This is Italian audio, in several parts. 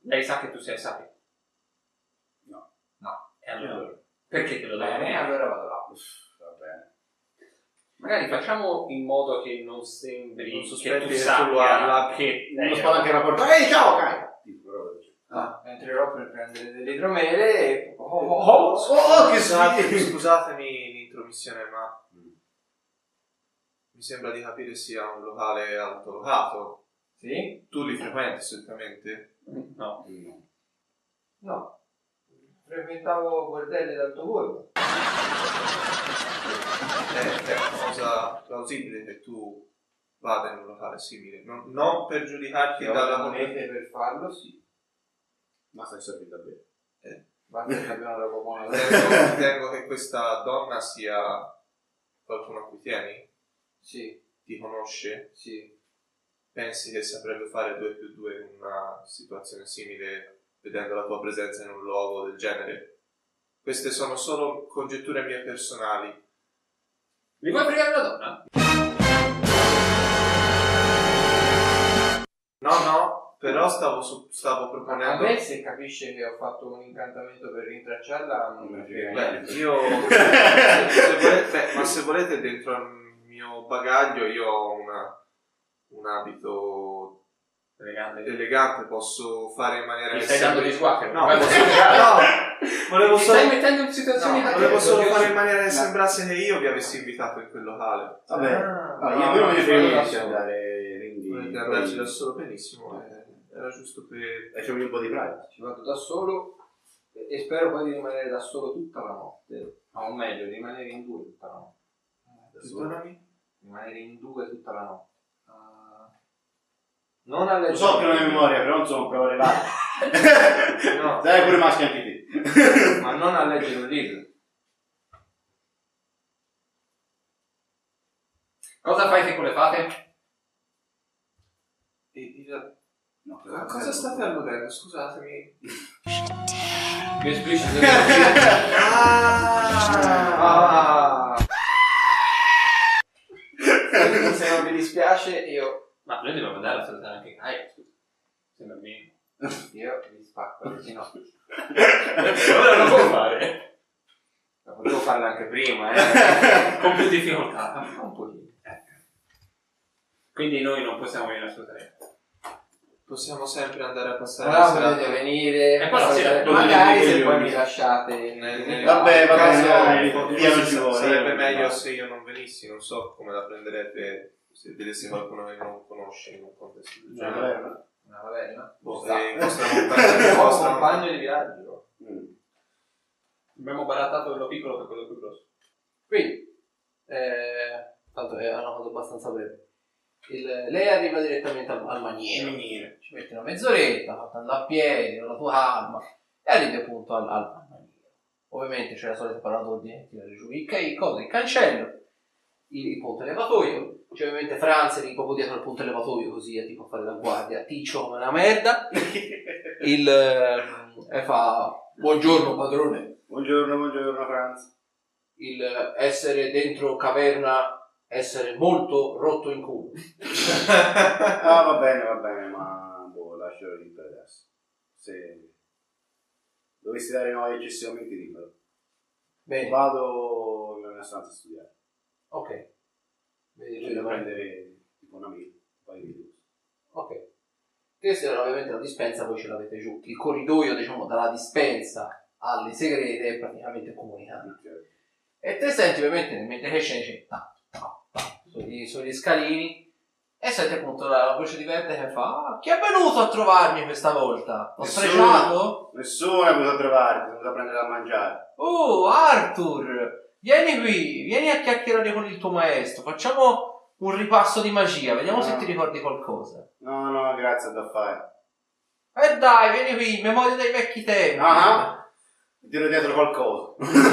Lei sa che tu sei Sapi? No. E allora? Perché te lo dai? Bene, allora vado là. Va bene. Magari facciamo in modo che non sembri Non che sospetti tu che sappia tu che Non sparo anche una porta. Ehi, ciao, Kai! Entrerò per prendere delle idromele e... che Scusatemi l'intromissione, ma mi sembra di capire sia un locale altolocato. Sì? Tu li frequenti solitamente? No. No. Frequentavo bordelli d'alto volo. È una cosa plausibile che tu vada in un locale simile. Non per giudicarti Se ho dalla le monete per farlo, sì. Ma stai servito a bere. Basta che abbiamo la buona. Ritengo che questa donna sia qualcuno a cui tieni? Sì, Ti conosce? sì. Pensi che saprebbe fare 2+2 in una situazione simile vedendo la tua presenza in un luogo del genere? Queste sono solo congetture mie personali. Mi vuoi pregare una donna? No, però stavo Ma a proponendo... me se capisce che ho fatto un incantamento per rintracciarla non me ne frega niente. Io... se volete dentro al mio bagaglio io ho un abito elegante, posso fare in maniera Mi che stai dando di sguacche? No, Volevo stai mettendo in situazioni volevo solo fare in maniera che sembrasse che io vi avessi invitato in quel locale. Vabbè, io non mi frego di andare, quindi... Volete andarci da solo? Benissimo, era giusto per... Lasciami un po' di pratica. Ci vado da solo e spero poi di rimanere da solo tutta la notte. O meglio, rimanere in due tutta la notte. Perdonami? Rimanere in due tutta la notte. Non alle Lo so che non hai memoria, però non sono prove levate. No. Dai pure maschio anche te. ma non a leggere un libro. Cosa fai con le fate? No, Cosa state alludendo? Scusatemi. Più esplicito. Se non vi dispiace io Ma noi dobbiamo andare a salutare anche Gaia, scusa. Sembra bene. vi spacco le ginocchia. Ora lo può fare. La potevo farla anche prima, Con più difficoltà. Un pochino. Quindi noi non possiamo venire a salutare. Possiamo sempre andare a passare Ora la serata. potete venire, E poi la sera magari potete se poi venire. mi lasciate Vabbè, dai, forse via non ci vuole. sarebbe meglio se io non venissi, non so come la prenderete se vedessi qualcuno che non conosce in un contesto del genere. una taverna. Il vostro compagno, Il vostro compagno di viaggio. Abbiamo barattato quello piccolo per quello più grosso. Quindi, tanto è una cosa abbastanza breve. Lei arriva direttamente al maniero. Ci metti una mezz'oretta, andando a piedi, con la tua calma, e arrivi appunto al maniero. Ovviamente c'è la solita parola d'ordine, tirare giù il cancello, il ponte elevatoio. C'è ovviamente Franz lì proprio dietro al ponte elevatoio, così è tipo a fare la guardia. Ticcio come una merda. E fa buongiorno padrone. Buongiorno Franz. Il essere dentro caverna, essere molto rotto in culo. Va bene, ma lascio lì per adesso. Se dovessi dare noia eccessivamente libero. Bene, Vado nella mia stanza a studiare. ok. Vedi lui Devo davanti. prendere tipo una mail, un paio di video. Ok. Questa ovviamente la dispensa, voi ce l'avete giù. Il corridoio, diciamo, dalla dispensa alle segrete è praticamente comunicato. E te senti ovviamente mentre che scende sugli scalini e senti appunto la voce di Verde che fa: chi è venuto a trovarmi questa volta? Ho sfregiato? Nessuno è venuto a trovarti, sono venuto a prendere da mangiare. Oh Arthur, vieni qui, vieni a chiacchierare con il tuo maestro, facciamo un ripasso di magia, vediamo se ti ricordi qualcosa. No, grazie, da fare. E dai, vieni qui, memoria dei vecchi tempi. Mi tiro dietro qualcosa.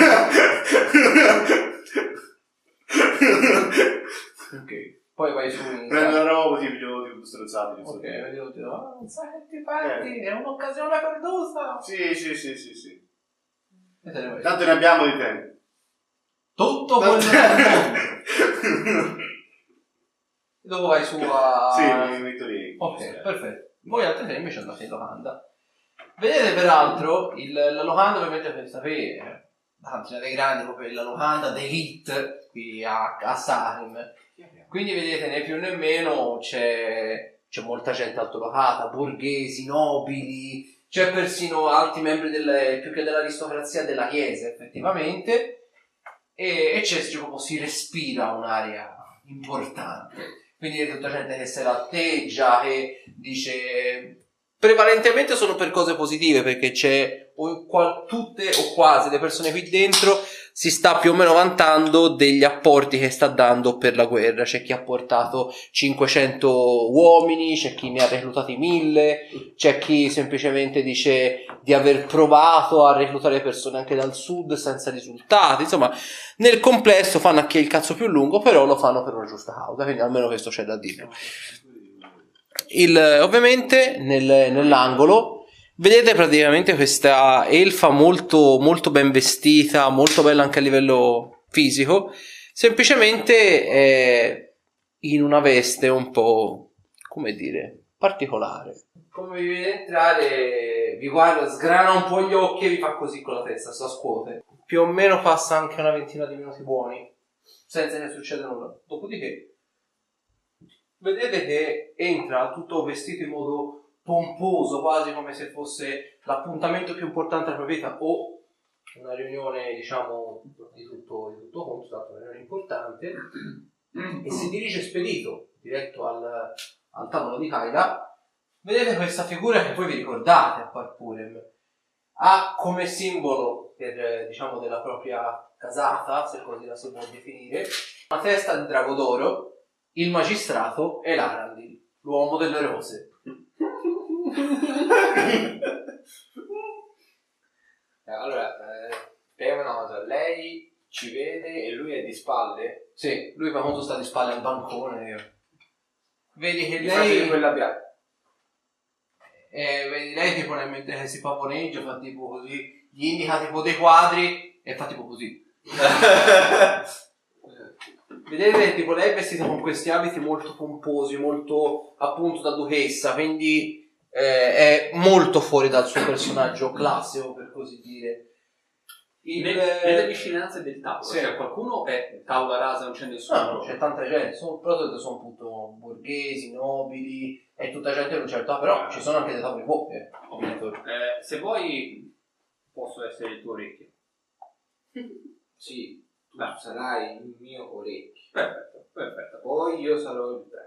Ok. Poi vai su in Prendo la roba, ti piglio strozzati. ok, vedi tutti, non sai che ti parti, è un'occasione perduta. Sì. E te ne vai. Tanto ne abbiamo di tempo. Tutto quello del mondo. E dopo vai su a... Sì, mi metto lì. Ok, perfetto. Voi altri tre invece andate in locanda. Vedete peraltro la locanda ovviamente per sapere, la cantina dei grandi, proprio la locanda d'elite qui a Sarim. Quindi vedete né più né meno c'è molta gente altolocata, borghesi, nobili, c'è persino alti membri più che dell'aristocrazia della chiesa effettivamente, e c'è proprio, si respira un'area importante. Quindi è tutta gente che se l'atteggia, che dice... Prevalentemente sono per cose positive, perché c'è tutte o quasi le persone qui dentro si sta più o meno vantando degli apporti che sta dando per la guerra. C'è chi ha portato 500 uomini, c'è chi ne ha reclutati 1000, c'è chi semplicemente dice di aver provato a reclutare persone anche dal sud senza risultati. Insomma, nel complesso fanno a chi è il cazzo più lungo, però lo fanno per una giusta causa, quindi almeno questo c'è da dire. Ovviamente nell'angolo vedete praticamente questa elfa molto, molto ben vestita, molto bella anche a livello fisico, semplicemente è in una veste un po', come dire, particolare. Come vi vede entrare, vi guarda, sgrana un po' gli occhi e vi fa così con la testa, sta scuote. Più o meno passa anche una ventina di minuti buoni, senza che succeda nulla. Dopodiché vedete che entra tutto vestito in modo pomposo, quasi come se fosse l'appuntamento più importante della propria vita, o una riunione, diciamo, di tutto conto, una riunione importante, e si dirige spedito diretto al tavolo di Kaila. Vedete questa figura che voi vi ricordate a Parpurem. Ha come simbolo diciamo della propria casata, se così la si può definire, una testa di drago d'oro, il magistrato e l'Arandil, l'uomo delle rose. Allora, spiegami una cosa, lei ci vede e lui è di spalle? Sì, lui quando sta di spalle al bancone. Vedi che lei... quella bianca. Vedi lei tipo nel mentre che si pavoneggia, fa tipo così, gli indica tipo dei quadri e fa tipo così. Vedete tipo lei è vestita con questi abiti molto pomposi, molto appunto da duchessa, quindi è molto fuori dal suo personaggio classico, per così dire. Nelle vicinanze del tavolo, sì. Cioè qualcuno è tavola rasa, non c'è nessuno. No, c'è tanta gente, sono appunto borghesi, nobili, e tutta gente di un certo, però ci sono anche dei tavoli pochi. Se vuoi posso essere il tuo orecchio. Sì, tu sarai il mio orecchio. Perfetto. Poi io sarò il re.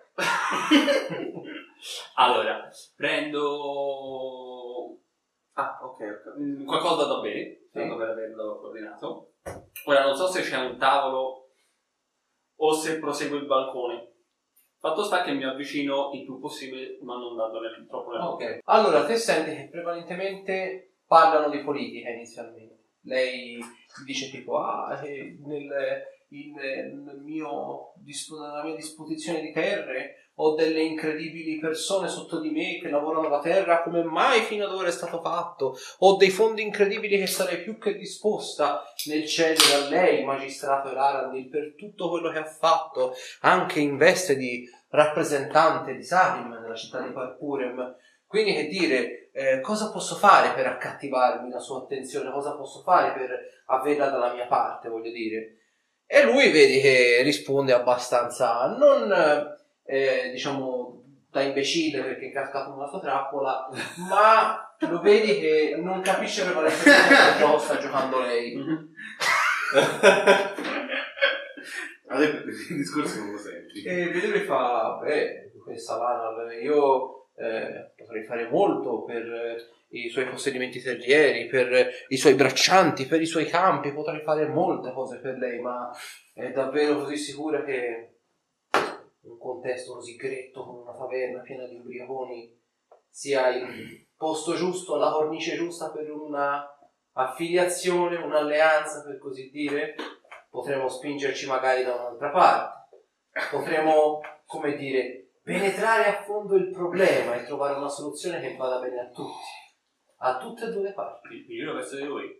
Allora, prendo... ok. Qualcosa da bere, tanto per averlo ordinato. Ora non so se c'è un tavolo o se proseguo il balcone. Fatto sta che mi avvicino il più possibile, ma non dandole troppo le mani. Ok. Allora, te senti che prevalentemente parlano di politica inizialmente. Lei dice tipo, nella mia disposizione di terre ho delle incredibili persone sotto di me che lavorano la terra come mai fino ad ora è stato fatto, ho dei fondi incredibili che sarei più che disposta nel cedere a lei, magistrato Elarandil, per tutto quello che ha fatto, anche in veste di rappresentante di Sarim nella città di Parpurem. Quindi che dire, cosa posso fare per accattivarmi la sua attenzione, cosa posso fare per averla dalla mia parte, voglio dire. E lui vedi che risponde abbastanza, non diciamo da imbecille perché è cascato nella sua trappola, ma lo vedi che non capisce prevalentemente che gioco sta giocando lei. Adesso questi discorsi non lo senti. E vedi lui fa, questa Lana, io potrei fare molto per i suoi possedimenti terrieri, per i suoi braccianti, per i suoi campi, potrei fare molte cose per lei, ma è davvero così sicura che un contesto così gretto con una taverna piena di ubriaconi sia il posto giusto, la cornice giusta per una affiliazione, un'alleanza, per così dire? Potremmo spingerci magari da un'altra parte, potremmo, come dire, penetrare a fondo il problema e trovare una soluzione che vada bene a tutti, a tutte e due le parti. Il migliore verso di lui.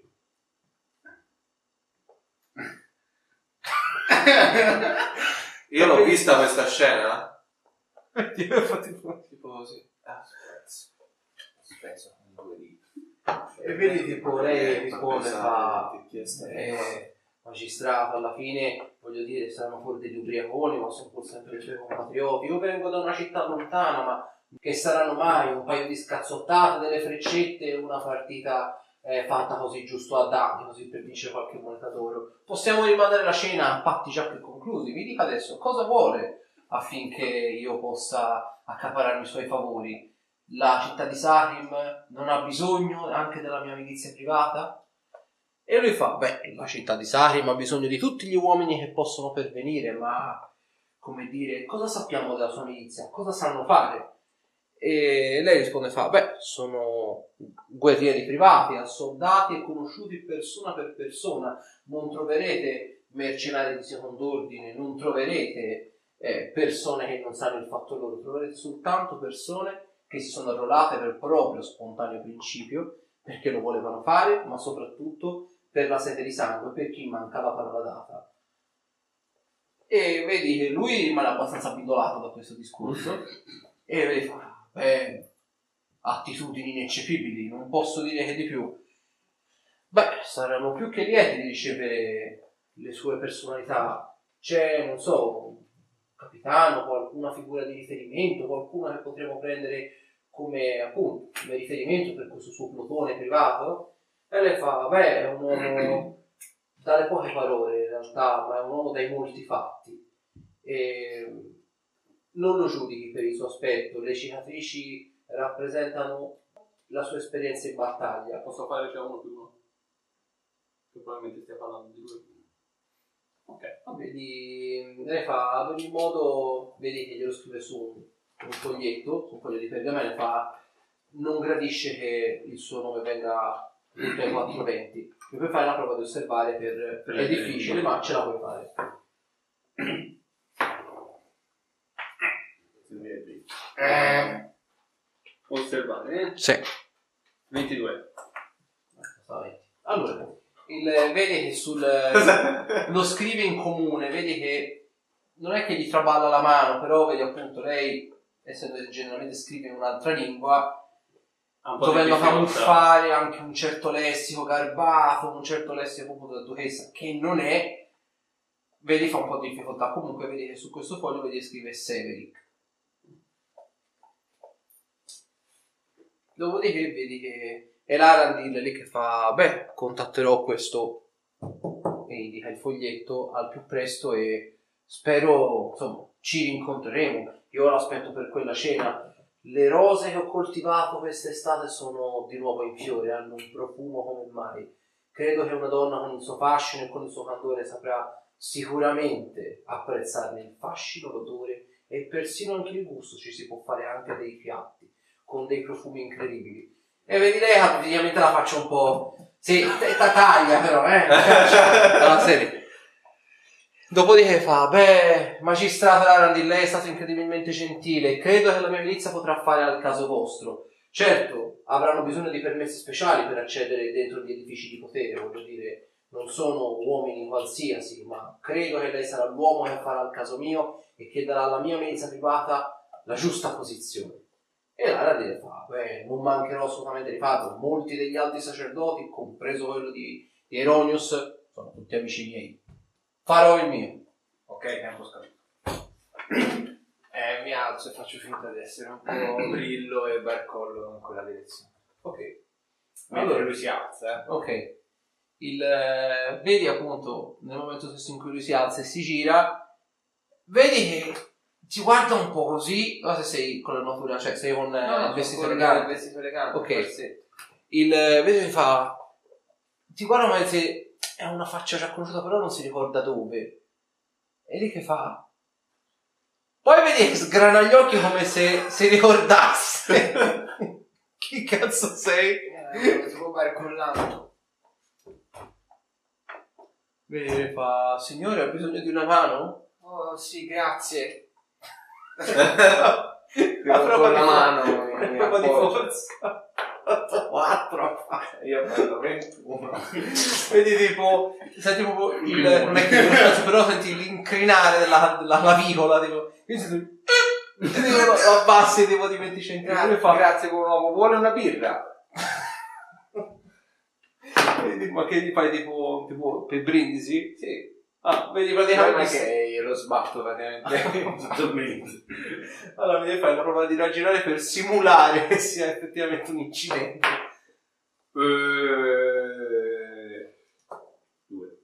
Io l'ho vista questa scena. Io ho fatto tipo così. Spezzo con due dita. E vedi tipo lei risponde fa magistrato, alla fine voglio dire saranno pure degli ubriaconi ma sono pur sempre i suoi compatrioti. Io vengo da una città lontana ma che saranno mai un paio di scazzottate, delle freccette e una partita fatta così giusto a dadi, così per vincere qualche moneta d'oro. Possiamo rimandare la cena a patti già più conclusi. Mi dica adesso cosa vuole affinché io possa accaparrarmi i suoi favori. La città di Sarim non ha bisogno anche della mia milizia privata? E lui fa, la città di Sarim ha bisogno di tutti gli uomini che possono pervenire, ma come dire, cosa sappiamo della sua milizia? Cosa sanno fare? E lei risponde, sono guerrieri privati, assoldati e conosciuti persona per persona. Non troverete mercenari di second'ordine, non troverete persone che non sanno il fatto loro, troverete soltanto persone che si sono arruolate per proprio spontaneo principio, perché lo volevano fare, ma soprattutto per la sete di sangue, per chi manca la parola data. E vedi che lui rimane abbastanza abbindolato da questo discorso e vedi attitudini ineccepibili, non posso dire che di più. Saranno più che lieti di ricevere le sue personalità. C'è, non so, un capitano, qualcuna figura di riferimento, qualcuno che potremo prendere come appunto come riferimento per questo suo plotone privato? E lei fa, è un uomo dalle poche parole in realtà, ma è un uomo dai molti fatti. E non lo giudichi per il suo aspetto, le cicatrici rappresentano la sua esperienza in battaglia. Posso fare uno più uno? Che probabilmente stia parlando di lui. Ok. Vedi, lei fa, ad ogni modo, vedi che glielo scrive su un foglietto, su un foglio di pergamene, fa, non gradisce che il suo nome venga detto ai 420. E puoi fare la prova di osservare è difficile, ma ce la puoi fare. Osservare? Sì. 22. Allora, vedi che lo scrive in comune, vedi che non è che gli traballa la mano, però vedi appunto lei, essendo generalmente scrive in un'altra lingua, dovendo camuffare anche un certo lessico garbato, un certo lessico proprio da duchessa, che non è, vedi fa un po' di difficoltà. Comunque vedi che su questo foglio vedi scrive Severick. Dopodiché vedi che è l'Arandil lì che fa, contatterò questo, e indica il foglietto al più presto e spero, insomma, ci rincontreremo. Io l'aspetto per quella cena. Le rose che ho coltivato quest'estate sono di nuovo in fiore, hanno un profumo come mai. Credo che una donna con il suo fascino e con il suo candore saprà sicuramente apprezzarne il fascino, l'odore e persino anche il gusto. Ci si può fare anche dei piatti con dei profumi incredibili. E vedi lei, praticamente la faccio un po'... Sì, taglia però, alla serie. Dopodiché fa, magistrato Arandil, lei è stato incredibilmente gentile, credo che la mia milizia potrà fare al caso vostro. Certo, avranno bisogno di permessi speciali per accedere dentro gli edifici di potere, voglio dire, non sono uomini qualsiasi, ma credo che lei sarà l'uomo che farà il caso mio e che darà alla mia milizia privata la giusta posizione. E Arandil fa, non mancherò assolutamente di farlo, molti degli altri sacerdoti, compreso quello di Eronius, sono tutti amici miei. Farò il mio. Ok, tempo scaduto. Mi alzo e faccio finta di essere un po' brillo e barcollo in quella direzione. Ok. Allora lui si alza, Ok. Vedi appunto nel momento stesso in cui lui si alza e si gira, vedi che ti guarda un po' così, se sei con l'armatura, cioè sei con il vestito elegante. Vestito elegante. Ok. Vedi che fa, ti guarda come se è una faccia già conosciuta, però non si ricorda dove. E lì che fa, poi vedi che sgrana gli occhi come se si ricordasse. Chi cazzo sei? Si può fare collante. Vedi che fa, signore, ha bisogno di una mano? Oh sì, grazie. Con la mano prova di forza 4. Io ho fatto 21. Vedi tipo, senti proprio non è che lo stesso, però senti l'incrinare della clavicola, tipo, quindi lo abbassi tipo di 20 centimetri. Grazie con un uomo, vuole una birra? Ma che gli fai tipo per brindisi? Sì. Ah, vedi Non praticamente è che glielo sbatto praticamente. Totalmente. allora mi devi fare una prova di raggirare per simulare che sia effettivamente un incidente. 2.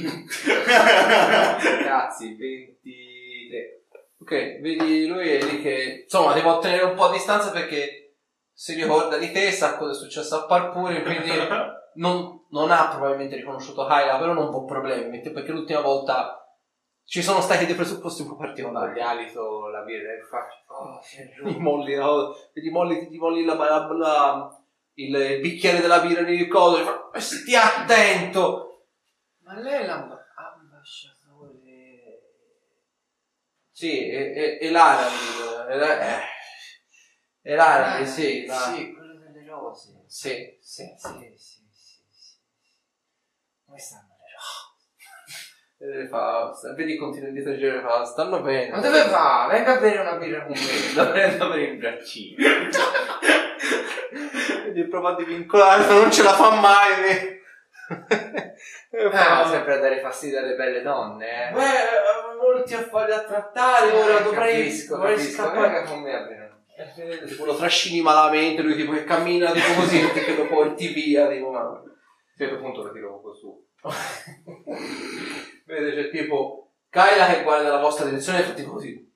Cazzi, 23. Ok, vedi lui è lì che insomma devo ottenere un po' a distanza perché si ricorda di te, sa cosa è successo a Parpure, quindi non ha probabilmente riconosciuto Kyla, però non può problemi, perché l'ultima volta ci sono stati dei presupposti un po' particolari. Gli alito la birra e faccio. Oh, si è giù. Ti molli il bicchiere della birra di coso, stia attento. Ma lei è l'ambasciatore. Sì, è l'Arabi. È l'Arabi, sì. Sì, quello delle rose. Sì. Come stanno le rose? Vedi, continua indietro a girare, fa, stanno bene. Ma dove va? Venga a bere una birra con me. La prendo per il braccino. Quindi prova a vincolare, non ce la fa mai. Sempre a dare fastidio alle belle donne, Beh, molti affari da trattare, ora dovrei Capisco. scappare. Venga con me a bere. Tipo lo trascini malamente, lui tipo che cammina tipo così, che lo porti via, tipo ma... A un certo punto lo tiro un po' su. Vede, c'è tipo Kyla che guarda la vostra direzione e fa tipo così.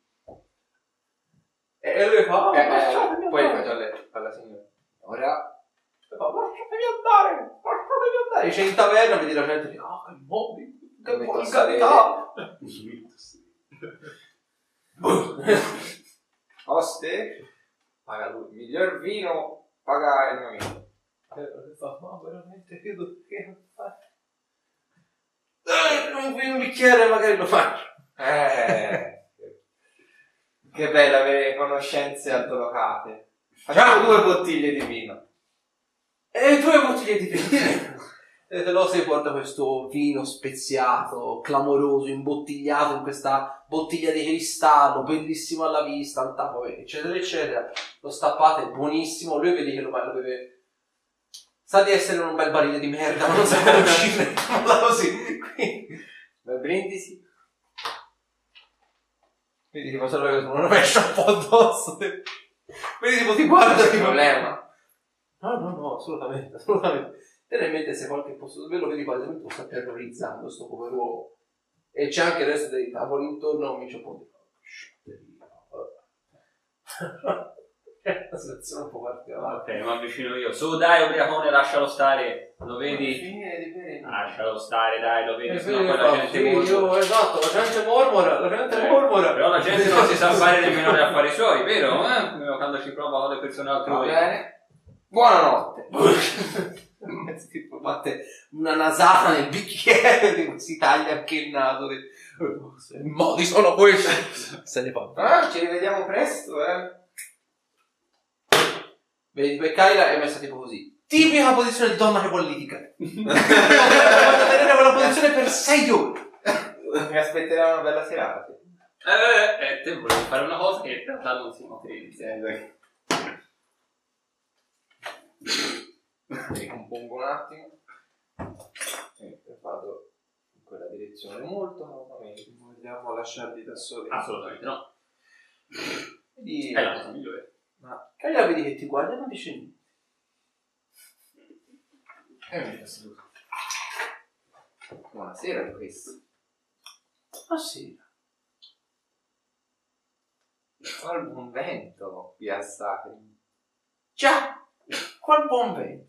E lui fa, lasciatemi Poi andare. faccio alla signora. Ora Lasciatemi andare. C'è in taverna, vedi la gente che che modi, che Come volgarità. Oste, paga lui. Miglior vino, paga il mio amico. Ma veramente che fare? Un bicchiere magari lo faccio. Che bello avere conoscenze altolocate. Facciamo 2 bottiglie di vino. E 2 bottiglie di vino. E te lo si porta questo vino speziato, clamoroso, imbottigliato in questa bottiglia di cristallo, bellissimo alla vista, al tappo, eccetera, eccetera. Lo stappate, è buonissimo. Lui vedi che lo beve. Sa di essere un bel barile di merda, ma non sa come uscire così. Bel brindisi. Vedi tipo solo che uno rovescia un po' addosso. Vedi tipo ti guarda C'è tipo... problema. No, assolutamente. Ten in mente se qualche posto dove lo vedi quasi sta terrorizzando sto pover'uomo. E c'è anche il resto dei tavoli intorno, comincia un po' di... È una situazione un po' particolare. Ok, mi avvicino io. Su, dai, ubriacone, lascialo stare. Lo vedi? Finire di bere. Lascialo stare, dai, lo vedi, sennò poi la gente mormora. Esatto, la gente mormora. Però la gente non si sa fare nemmeno gli affari suoi, vero? Quando ci prova con le persone Va altrui. bene. Buonanotte. Tipo batte una nasata nel bicchiere, si taglia anche il naso. I modi sono questi. Se ne fa. Ci rivediamo presto, Vedi, per Kyla è messa tipo così. Tipica posizione di donna che vuole litigare. Voglio tenere quella posizione per 6 ore. Mi aspetterà una bella serata. Te volevo fare una cosa che in realtà non si materializza. Mi compongo un attimo. Vado in quella direzione molto cautamente. Vogliamo lasciarli da soli? Assolutamente no. Vedi, È la cosa migliore. ma Kyla vedi che ti guarda e non dice niente. E mi saluto. Buonasera, questo. Buonasera. Qual buon vento vi assate. Già, qual buon vento.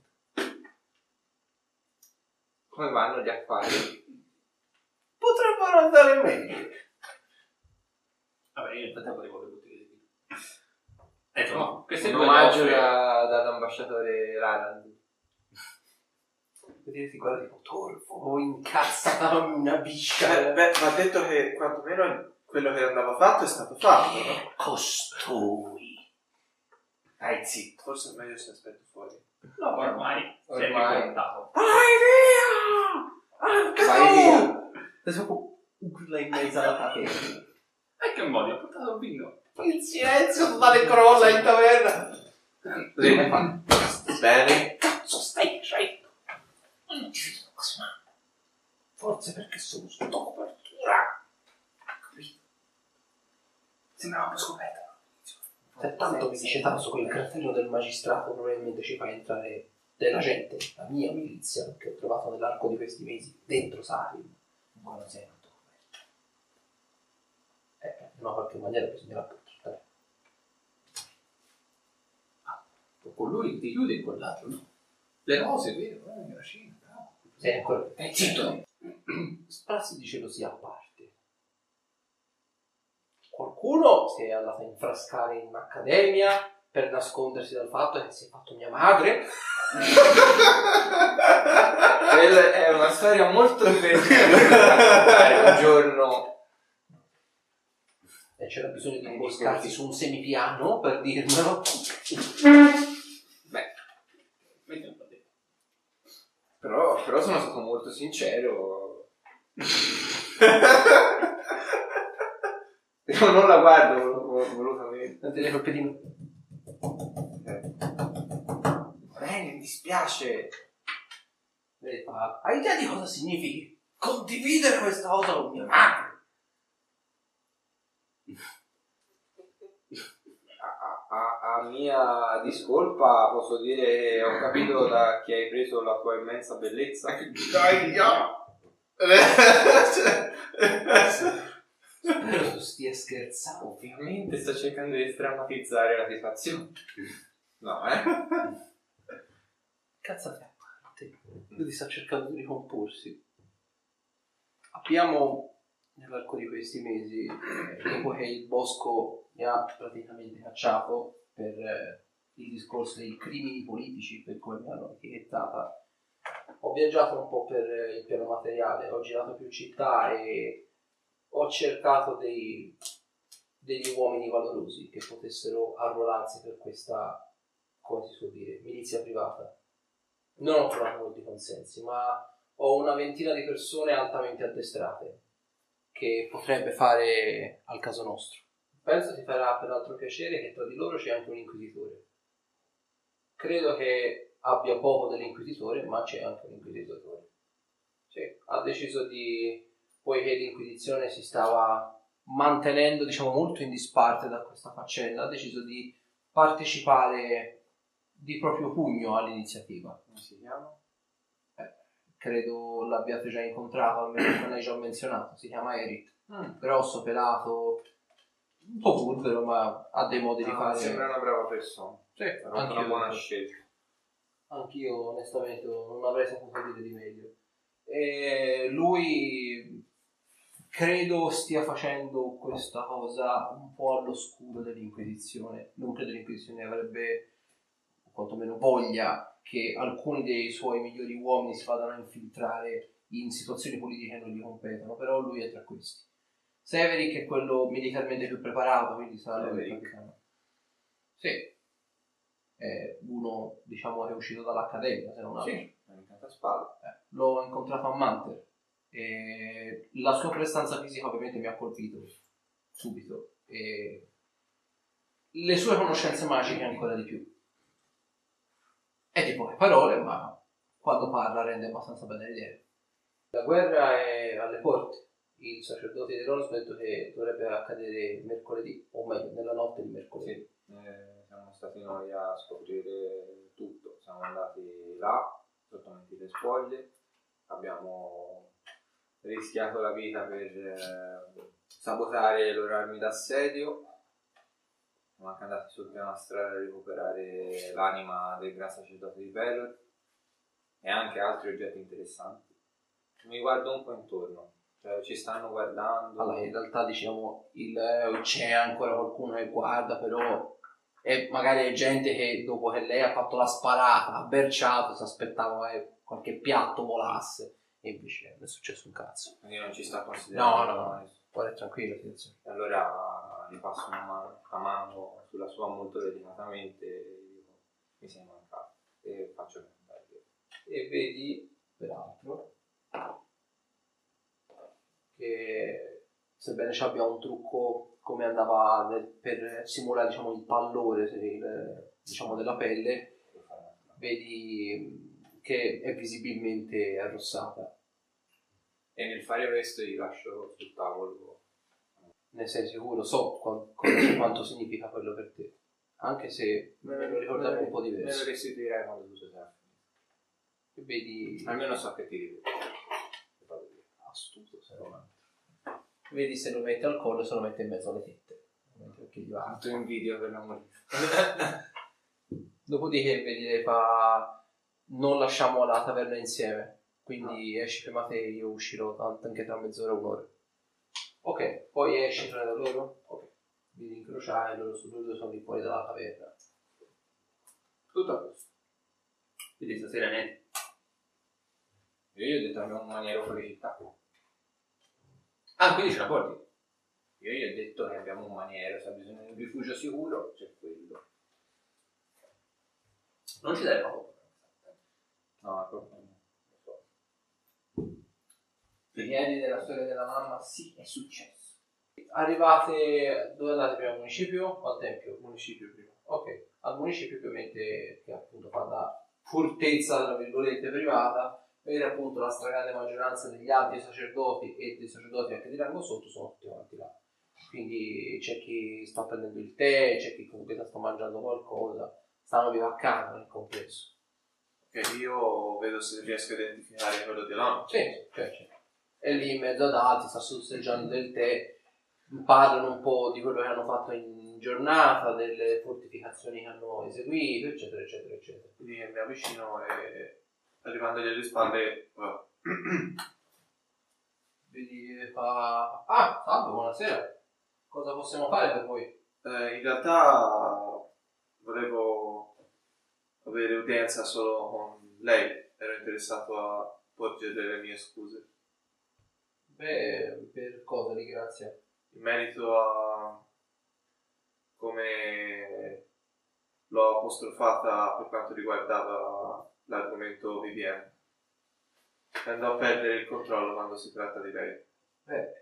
Come vanno gli affari? Potrebbero andare meglio. Vabbè, io nel frattempo devo le bottiglie di vino. Ecco, no, queste Un due omaggio le offre. dall'ambasciatore Raland. Vedi, guarda tipo Torfo, incazzata una biscia. Beh, ma ha detto che quantomeno quello che andava fatto è stato fatto, no? Costui. Dai, zitto. Forse è meglio se aspetto fuori. No, ormai si è Ormai. riportato. Vai via! Anche Vai tu! via. Adesso urla in mezzo alla catena. E che modo, ho portato il vino. Il silenzio totale crolla in taverna. Così, come fa? Bene. Cazzo, stai dicendo? Se tanto mi dice tanto quel cartello del magistrato probabilmente ci fa entrare della gente, la mia milizia, che ho trovato nell'arco di questi mesi, dentro Sarim. Ma non sei tanto coperto. In una qualche maniera bisognerà portare. Con lui ti chiude in quell'altro, no? Le rose, vero? La Cina, bravo. Sei ancora... Zitto! Sprazzi dice così a parte. Qualcuno si è andato a infrascare in accademia per nascondersi dal fatto che si è fatto mia madre. Quella è una storia molto divertente. Un giorno E c'era bisogno di imboscarsi su un semipiano per dirmelo. Beh, metti un po' di... però sono stato molto sincero. Io non la guardo volutamente. Non te ne colpedino. Bene, mi dispiace. Lei fa, hai idea di cosa significhi condividere questa cosa con mia madre? A mia discolpa posso dire che ho capito da chi hai preso la tua immensa bellezza. Spero tu stia scherzando. Ovviamente sto cercando di drammatizzare la situazione. No, Cazzate a parte. Lui sta cercando di ricomporsi. Abbiamo, nell'arco di questi mesi, dopo che il bosco mi ha praticamente cacciato per il discorso dei crimini politici, per come mi hanno etichettata, ho viaggiato un po' per il piano materiale, ho girato più città e ho cercato degli uomini valorosi che potessero arruolarsi per questa, come si suol dire, milizia privata. Non ho trovato molti consensi, ma ho una ventina di persone altamente addestrate che potrebbe fare al caso nostro. Penso ti farà peraltro piacere che tra di loro c'è anche un inquisitore. Credo che abbia poco dell'inquisitore, ma c'è anche un inquisitore. Sì, ha deciso di... poiché l'inquisizione si stava mantenendo, diciamo, molto in disparte da questa faccenda, ha deciso di partecipare di proprio pugno all'iniziativa. come si chiama? Credo l'abbiate già incontrato, almeno non l'hai già menzionato. Si chiama Eric. Grosso, pelato, un po' burbero, ma ha dei modi di fare. Sembra una brava persona. Sì, Ha fatto una buona scelta. Anch'io onestamente non avrei saputo dire di meglio. E lui credo stia facendo questa cosa un po' all'oscuro dell'Inquisizione. Non credo l'Inquisizione avrebbe, o quantomeno voglia, che alcuni dei suoi migliori uomini si vadano a infiltrare in situazioni politiche che non gli competono, però lui è tra questi. Severick è quello militarmente più preparato, quindi sarà lui il capitano. Sì, è uno, diciamo, che è uscito dall'accademia, se non altro. Sì, è una spalla. L'ho incontrato a Manter e la sua prestanza fisica ovviamente mi ha colpito subito e le sue conoscenze magiche ancora di più. È di poche parole, ma quando parla rende abbastanza bene l'idea. La guerra è alle porte. Il sacerdote di Ross ha detto che dovrebbe accadere mercoledì, o meglio, nella notte di mercoledì. Sì, siamo stati noi a scoprire tutto. Siamo andati là, sotto mentite spoglie, abbiamo rischiato la vita per sabotare le loro armi d'assedio. Siamo anche andati sul piano astrale a recuperare l'anima del gran sacerdote di Pelor e anche altri oggetti interessanti. Mi guardo un po' intorno, cioè ci stanno guardando. Allora, in realtà diciamo c'è ancora qualcuno che guarda, però magari è gente che dopo che lei ha fatto la sparata, ha berciato, si aspettava che qualche piatto volasse e invece non è successo un cazzo. Quindi non ci sta considerando. No. Guarda, è tranquillo, situazione. E allora gli passo una mano sulla sua molto delicatamente e dico, mi sei mancato e faccio cantare. E vedi, peraltro, che sebbene ci abbia un trucco come andava per simulare, diciamo, il pallore diciamo, della pelle, vedi che è visibilmente arrossata. E nel fare questo gli lascio sul tavolo. Ne sei sicuro? So quanto significa quello per te. anche se me lo ricordavo un po' Me lo diverso. restituirei quando tu sei sempre. E vedi, Almeno so che ti rivedi. astuto se non altro. Vedi se lo mette al collo e se lo mette in mezzo alle tette. Perché gli va. Quanto invidio per la morire. Dopodiché vedi lei fa non lasciamo la taverna insieme, quindi esci prima te, io uscirò anche tra mezz'ora e un'ora. Ok, poi esci tra da loro? Ok. Vi incrociate, loro sono lì fuori dalla taverna. Tutto a posto. Quindi stasera niente. Io gli ho detto abbiamo un maniero fuori città. Ah, quindi ce la porti? Io gli ho detto che abbiamo un maniero, se ha bisogno di un rifugio sicuro, c'è quello. Non ci dai poco. No, proprio non lo so. Ti chiedi della storia della mamma? Sì, è successo. Arrivate, dove andate prima? Al municipio o al tempio? Municipio prima. Ok, al municipio ovviamente che appunto fa da fortezza tra virgolette privata, vedete appunto la stragrande maggioranza degli altri sacerdoti e dei sacerdoti anche di rango sotto sono tutti quanti là. Quindi c'è chi sta prendendo il tè, c'è chi comunque sta mangiando qualcosa, stanno bivaccando nel complesso. Ok, io vedo se riesco a identificare quello di Alano. Sì, cioè. È lì in mezzo ad altri, sta sorseggiando del tè, parlano un po' di quello che hanno fatto in giornata, delle fortificazioni che hanno eseguito, eccetera, eccetera, eccetera. Quindi mi avvicino e arrivandogli alle spalle, Vedi, fa... Ah, salve, buonasera. Cosa possiamo fare per voi? in realtà volevo avere udienza solo con lei, ero interessato a porgere le mie scuse. Beh, per cosa, di grazia? In merito a come l'ho apostrofata per quanto riguardava l'argomento Vivienne. Andò a perdere il controllo quando si tratta di lei. Beh,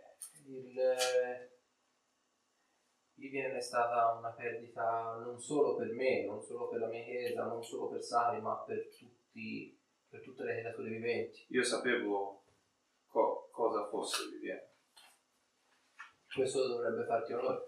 Vivienne è stata una perdita non solo per me, non solo per la mia chiesa, non solo per Sari, ma per tutte le creature viventi. Io sapevo cosa fosse Vivienne. Questo dovrebbe farti onore.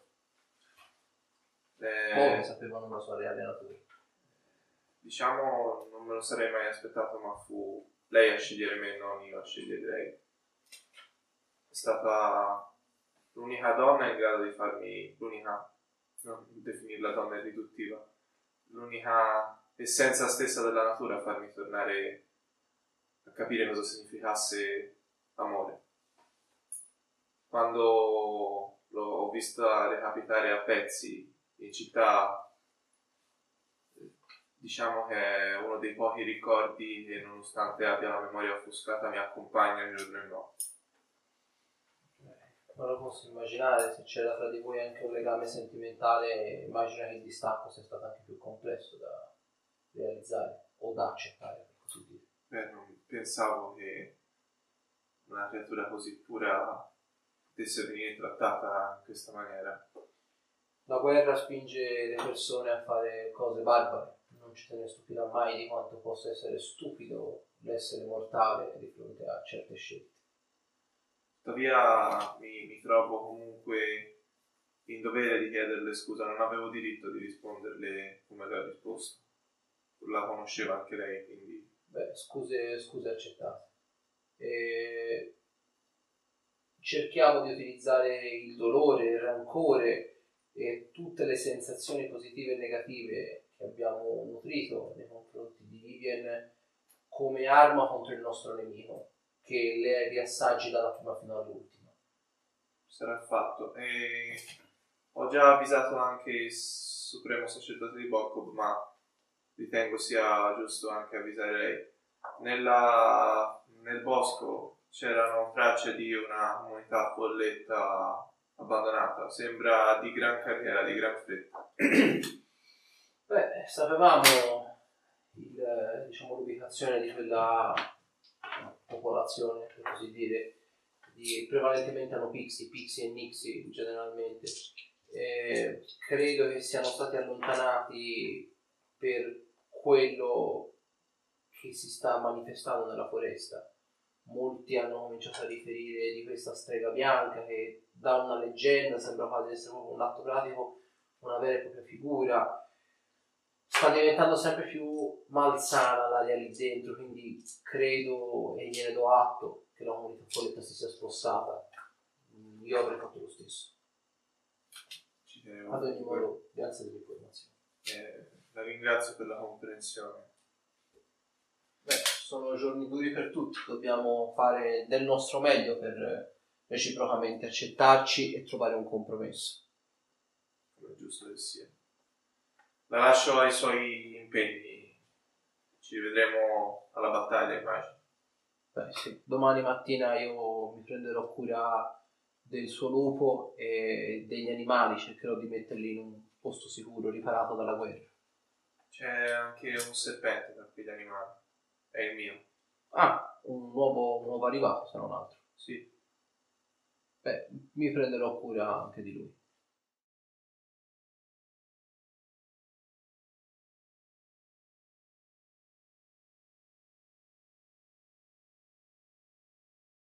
Come sapevano la sua reale natura? Diciamo, non me lo sarei mai aspettato, ma fu lei a scegliere me, non io a scegliere lei. È stata l'unica donna in grado di farmi, l'unica, non definirla donna è riduttiva, l'unica essenza stessa della natura a farmi tornare a capire cosa significasse amore. Quando l'ho vista recapitare a pezzi in città, diciamo che è uno dei pochi ricordi che, nonostante abbia la memoria offuscata, mi accompagna giorno e notte. Non lo posso immaginare, se c'era tra di voi anche un legame sentimentale, immagino che il distacco sia stato anche più complesso da realizzare o da accettare, per così dire. Non pensavo che una creatura così pura potesse venire trattata in questa maniera. La guerra spinge le persone a fare cose barbare, non ci te ne stupirà mai di quanto possa essere stupido l'essere mortale di fronte a certe scelte. Tuttavia mi trovo comunque in dovere di chiederle scusa, non avevo diritto di risponderle come le ho risposto. La conosceva anche lei, quindi... Beh, scuse accettate. Cerchiamo di utilizzare il dolore, il rancore e tutte le sensazioni positive e negative che abbiamo nutrito nei confronti di Vivienne come arma contro il nostro nemico, che le riassaggi dalla prima fino all'ultima. Sarà fatto. E ho già avvisato anche il supremo sacerdote di Bokob, ma ritengo sia giusto anche avvisare lei. Nel bosco c'erano tracce di una comunità folletta abbandonata. Sembra di gran carriera, di gran fretta. Beh, sapevamo l'ubicazione di quella popolazione, per così dire, prevalentemente hanno pixie e nixie generalmente. Credo che siano stati allontanati per quello che si sta manifestando nella foresta. Molti hanno cominciato a riferire di questa strega bianca che da una leggenda sembra quasi essere proprio un atto pratico, una vera e propria figura. sta diventando sempre più malsana l'aria lì dentro, quindi credo e gliene do atto che la comunità folletta si sia spostata. Io avrei fatto lo stesso. Ad ogni modo, grazie delle informazioni. La ringrazio per la comprensione. Beh, sono giorni duri per tutti, dobbiamo fare del nostro meglio per reciprocamente accettarci e trovare un compromesso. Come è giusto che sia. La lascio ai suoi impegni. Ci rivedremo alla battaglia, immagino. Beh, sì. Domani mattina io mi prenderò cura del suo lupo e degli animali, cercherò di metterli in un posto sicuro, riparato dalla guerra. C'è anche un serpente tra quegli animali. È il mio. Ah, un nuovo arrivato, se non altro. Sì. Beh, mi prenderò cura anche di lui.